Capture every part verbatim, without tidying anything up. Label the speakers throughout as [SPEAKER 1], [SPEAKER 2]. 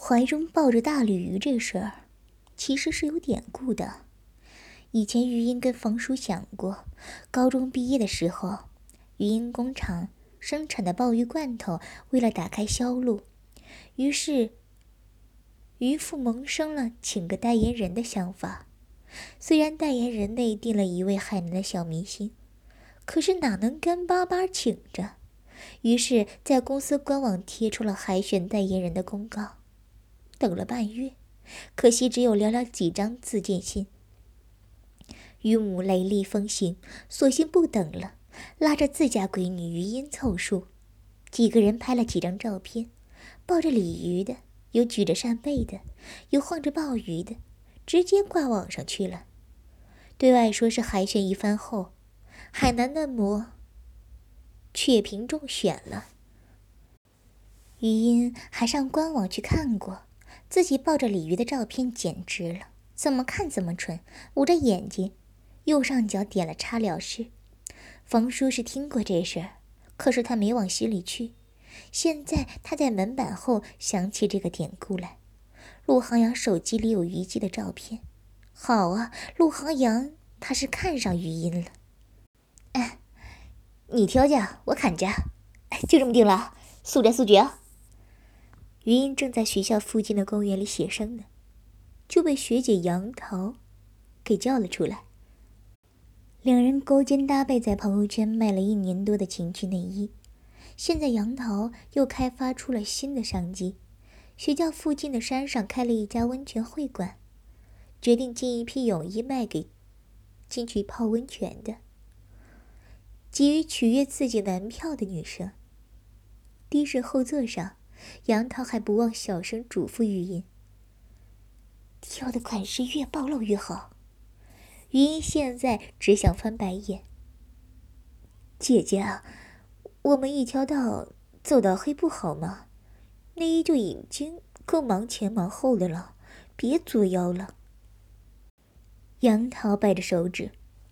[SPEAKER 1] 怀中抱着大鲤鱼这事儿，其实是有典故的。以前余音跟冯叔讲过，高中毕业的时候，余音工厂生产的鲍鱼罐头为了打开销路，于是余父萌生了请个代言人的想法。虽然代言人内定了一位海南的小明星，可是哪能干巴巴请着？于是在公司官网贴出了海选代言人的公告。等了半月，可惜只有寥寥几张自荐信。余母雷厉风行，索性不等了，拉着自家闺女余音凑数，几个人拍了几张照片，抱着鲤鱼的，有举着扇贝的，有晃着鲍鱼的，直接挂网上去了。对外说是海选一番后，海南嫩模却凭中选了。余音还上官网去看过，自己抱着鲤鱼的照片简直了，怎么看怎么蠢，捂着眼睛，右上角点了插了事。冯叔是听过这事儿，可是他没往心里去。现在他在门板后想起这个典故来。陆航阳手机里有虞姬的照片，好啊，陆航阳他是看上余音了。哎，你挑价，我砍价，就这么定了，速战速决啊！余音正在学校附近的公园里写生呢，就被学姐杨桃给叫了出来。两人勾肩搭背，在朋友圈卖了一年多的情趣内衣。现在杨桃又开发出了新的商机，学校附近的山上开了一家温泉会馆，决定进一批泳衣卖给进去泡温泉的，急于取悦自己男票的女生。的士后座上，杨桃还不忘小声嘱咐余音，挑的款式越暴露越好。余音现在只想翻白眼。姐姐啊，我们一条道走到黑不好吗？内衣就已经够忙前忙后的了，别作妖了。杨桃摆着手指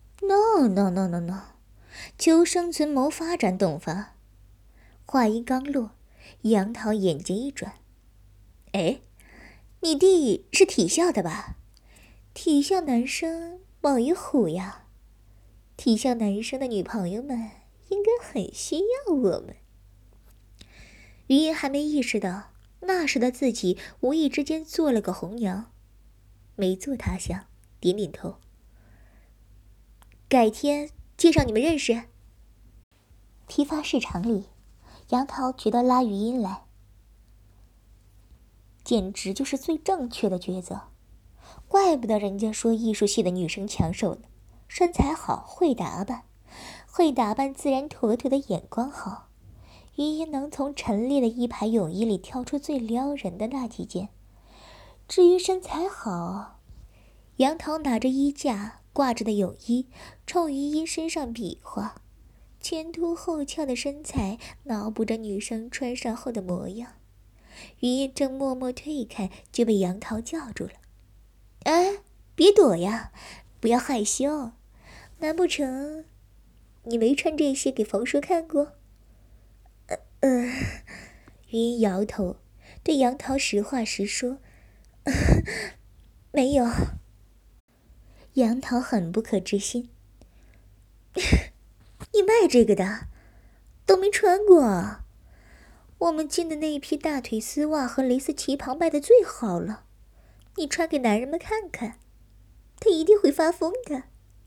[SPEAKER 1] ，no no no no no， 求生存谋发展，懂发。话音刚落，杨桃眼睛一转，哎，你弟是体校的吧？体校男生猛于虎呀，体校男生的女朋友们应该很需要我们。余音还没意识到那时的自己无意之间做了个红娘，没做他想，点点头。改天介绍你们认识。批发市场里，杨桃觉得拉余音来简直就是最正确的抉择。怪不得人家说艺术系的女生抢手呢，身材好，会打扮，会打扮自然妥妥的眼光好。余音能从陈列的一排泳衣里挑出最撩人的那几件。至于身材好，杨桃拿着衣架挂着的泳衣冲余音身上比划，前凸后翘的身材脑补着女生穿上后的模样。余音正默默退开，就被杨桃叫住了。哎，别躲呀，不要害羞，难不成你没穿这些给冯叔看过？呃呃，余音摇头，对杨桃实话实说，呃、没有。杨桃很不可置信，你卖这个的都没穿过？我们进的那一批大腿丝袜和蕾丝旗袍卖的最好了，你穿给男人们看看，他一定会发疯的。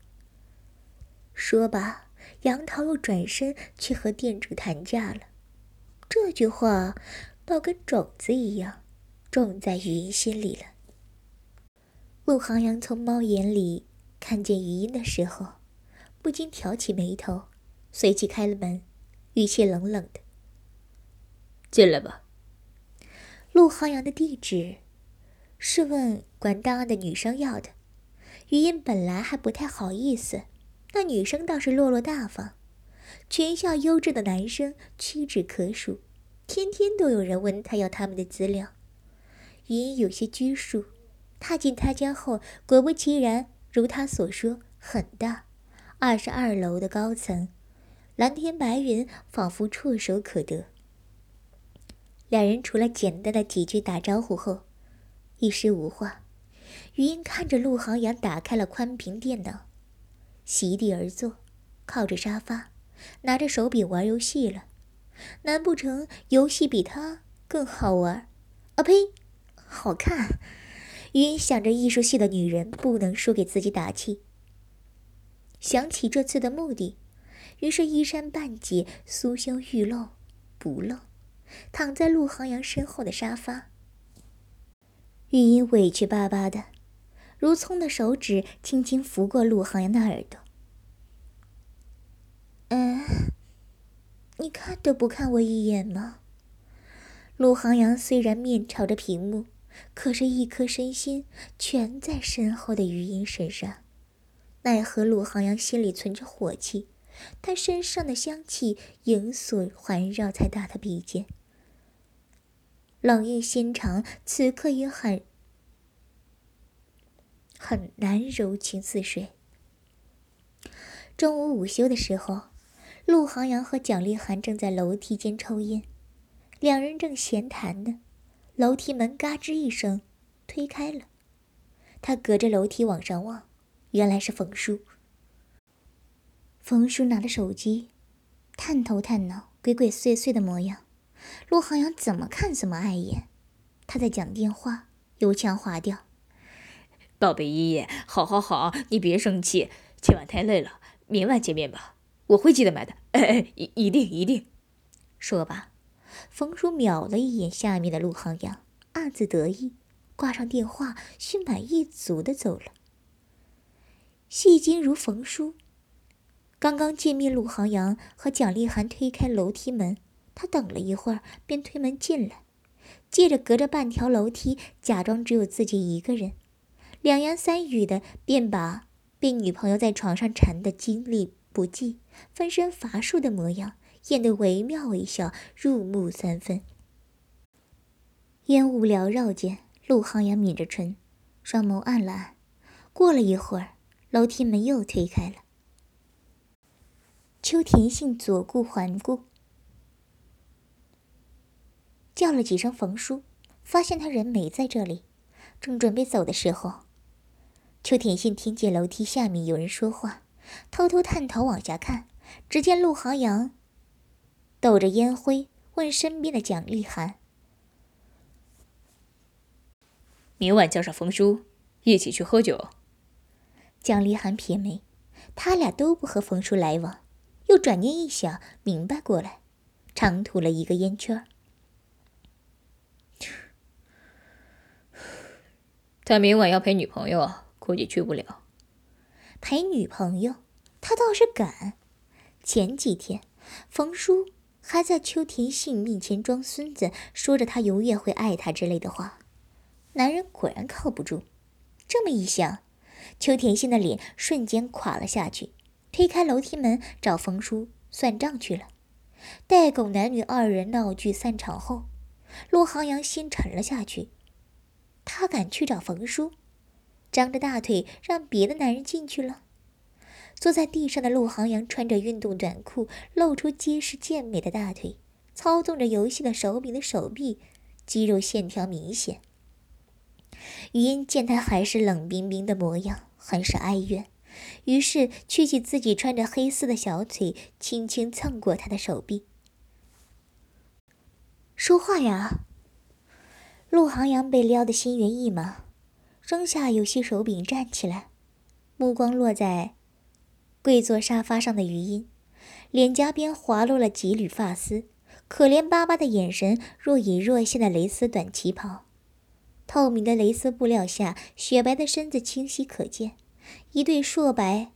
[SPEAKER 1] 说罢，杨桃又转身去和店主谈价了。这句话倒跟种子一样，种在余音心里了。陆航阳从猫眼里看见余音的时候，不禁挑起眉头，随即开了门，语气冷冷的：“进来吧。”陆航阳的地址是问管档案的女生要的。余音本来还不太好意思，那女生倒是落落大方，全校优质的男生屈指可数，天天都有人问她要他们的资料。余音有些拘束，踏进他家后，果不其然，如他所说，很大，二十二楼的高层，蓝天白云仿佛触手可得。 两人除了简单的几句打招呼后，一时无话。余音看着陆航阳打开了宽屏电脑，席地而坐，靠着沙发，拿着手柄玩游戏了。难不成游戏比他更好玩？啊呸，好看！余音想着艺术系的女人不能输给自己打气。想起这次的目的，于是衣衫半解，酥胸欲露不露，躺在陆航阳身后的沙发。余音委屈巴巴的，如葱的手指轻轻拂过陆航阳的耳朵。嗯，你看都不看我一眼吗？陆航阳虽然面朝着屏幕，可是一颗身心全在身后的余音身上。奈何陆航阳心里存着火气，他身上的香气影锁环绕在他的鼻尖，冷硬心肠此刻也很很难柔情似水。中午午休的时候，陆航阳和蒋丽涵正在楼梯间抽烟，两人正闲谈呢，楼梯门嘎吱一声推开了。他隔着楼梯往上望，原来是冯叔。冯叔拿着手机，探头探脑，鬼鬼祟祟的模样，陆航阳怎么看怎么碍眼。他在讲电话，油腔滑调：“
[SPEAKER 2] 宝贝依依，好好好，你别生气，今晚太累了，明晚见面吧，我会记得买的，哎哎，一一定一定。”
[SPEAKER 1] 说罢，冯叔瞄了一眼下面的陆航阳，暗自得意，挂上电话，心满意足的走了。戏精如冯叔，刚刚见面，陆航阳和蒋丽涵推开楼梯门，他等了一会儿，便推门进来，接着隔着半条楼梯，假装只有自己一个人，两言三语的便把被女朋友在床上缠得精力不济、分身乏术的模样演得惟妙惟肖，入木三分。烟雾缭绕间，陆航阳抿着唇，双眸暗了暗。过了一会儿，楼梯门又推开了。邱田信左顾环顾，叫了几声冯叔，发现他人没在这里，正准备走的时候，邱田信听见楼梯下面有人说话，偷偷探头往下看，只见陆航阳抖着烟灰问身边的蒋丽涵：“
[SPEAKER 2] 明晚叫上冯叔一起去喝酒。”
[SPEAKER 1] 蒋丽涵撇眉，他俩都不和冯叔来往，又转念一想，明白过来，长吐了一个烟圈。
[SPEAKER 2] 他明晚要陪女朋友，估计去不了。
[SPEAKER 1] 陪女朋友，他倒是敢。前几天，冯叔还在邱田信面前装孙子，说着他永远会爱他之类的话。男人果然靠不住。这么一想，邱田信的脸瞬间垮了下去，推开楼梯门找冯叔算账去了。待狗男女二人闹剧散场后，陆航阳心沉了下去。他敢去找冯叔，张着大腿让别的男人进去了。坐在地上的陆航阳穿着运动短裤，露出结实健美的大腿，操纵着游戏的手柄的手臂，肌肉线条明显。余音见他还是冷冰冰的模样，很是哀怨，于是屈起自己穿着黑丝的小腿，轻轻蹭过他的手臂。说话呀！陆航阳被撩得心猿意马，扔下游戏手柄站起来，目光落在跪坐沙发上的余音，脸颊边滑落了几缕发丝，可怜巴巴的眼神若隐若现的蕾丝短旗袍，透明的蕾丝布料下，雪白的身子清晰可见，一对硕白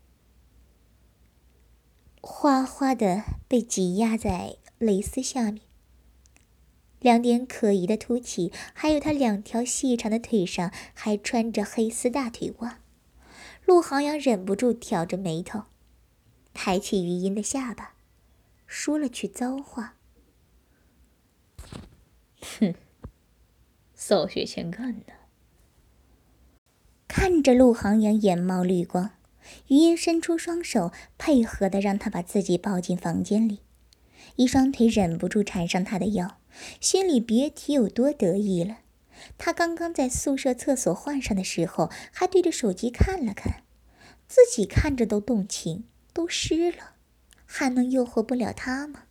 [SPEAKER 1] 花花的被挤压在蕾丝下面，两点可疑的凸起，还有他两条细长的腿上还穿着黑丝大腿袜。陆航阳忍不住挑着眉头，抬起余音的下巴，说了句脏话：“
[SPEAKER 2] 哼，扫雪前干呢。”
[SPEAKER 1] 看着陆航阳眼冒绿光，余音伸出双手，配合的让他把自己抱进房间里，一双腿忍不住缠上他的腰， 心里别提有多得意了。他刚刚在宿舍厕所换上的时候，还对着手机看了看，自己看着都动情，都湿了，还能诱惑不了他吗？